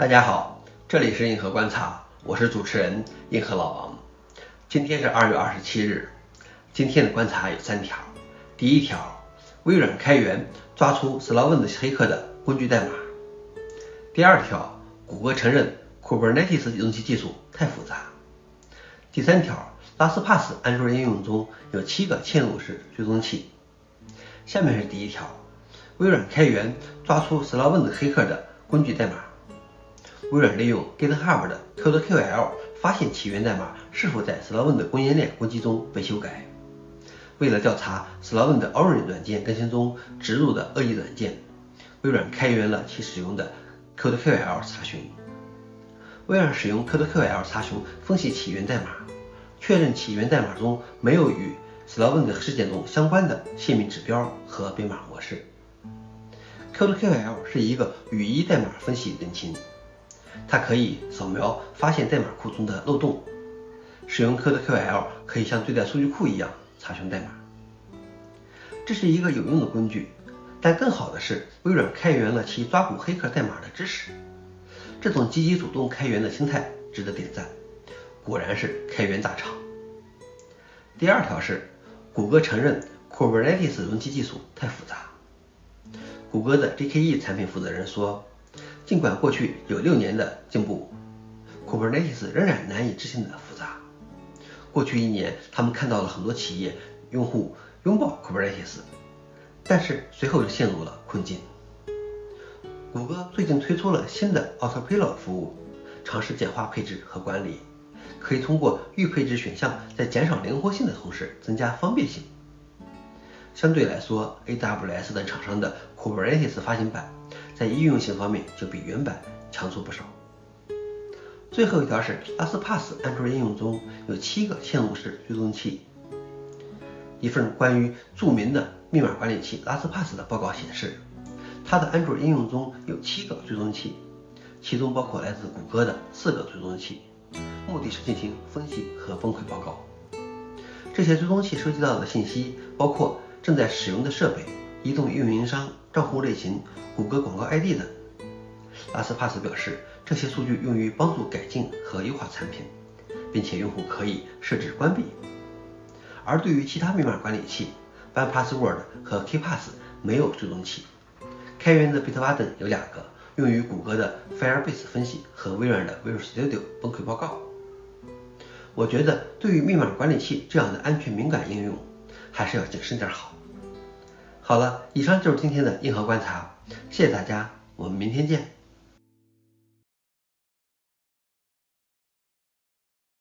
大家好，这里是硬核观察，我是主持人硬核老王。今天是2月27日，今天的观察有3条。第一条，微软开源抓出 SolarWinds 黑客的工具代码。第二条，谷歌承认 Kubernetes 追踪器技术太复杂。第三条， LastPass 安卓应用中有7个嵌入式追踪器。下面是第一条，微软开源抓出 SolarWinds 黑客的工具代码。微软利用 GitHub 的 CodeQL 发现起源代码是否在 SolarWinds 供应链攻击中被修改。为了调查 SolarWinds Orange 软件更新中植入的恶意软件，微软开源了其使用的 CodeQL 查询。微软使用 CodeQL 查询分析起源代码，确认起源代码中没有与 SolarWinds 事件中相关的泄密指标和编码模式。CodeQL 是一个语义代码分析引擎，它可以扫描发现代码库中的漏洞。使用 CodeQL 可以像对待数据库一样查询代码。这是一个有用的工具，但更好的是微软开源了其抓捕黑客代码的支持。这种积极主动开源的心态值得点赞，果然是开源大厂。第二条是，谷歌承认 Kubernetes 容器技术太复杂。谷歌的 GKE 产品负责人说，尽管过去有6年的进步， Kubernetes 仍然难以置信的复杂。过去1年，他们看到了很多企业用户拥抱 Kubernetes， 但是随后就陷入了困境。谷歌最近推出了新的 Autopilot 服务，尝试简化配置和管理，可以通过预配置选项在减少灵活性的同时增加方便性。相对来说， AWS 等厂商的 Kubernetes 发行版在应用性方面就比原版强出不少。最后一条是 LastPass 安卓应用中有7个嵌入式追踪器。一份关于著名的密码管理器 LastPass 的报告显示，它的安卓应用中有7个追踪器，其中包括来自谷歌的4个追踪器，目的是进行分析和崩溃报告。这些追踪器收集到的信息包括正在使用的设备、移动运营商、账户类型、谷歌广告 ID 等。LastPass 表示，这些数据用于帮助改进和优化产品，并且用户可以设置关闭。而对于其他密码管理器 OnePassword 和 KeePass 没有追踪器。开源的 Bitwarden 有2个，用于谷歌的 Firebase 分析和微软的 Visual Studio 崩溃报告。我觉得对于密码管理器这样的安全敏感应用，还是要谨慎点好。好了，以上就是今天的硬核观察，谢谢大家，我们明天见。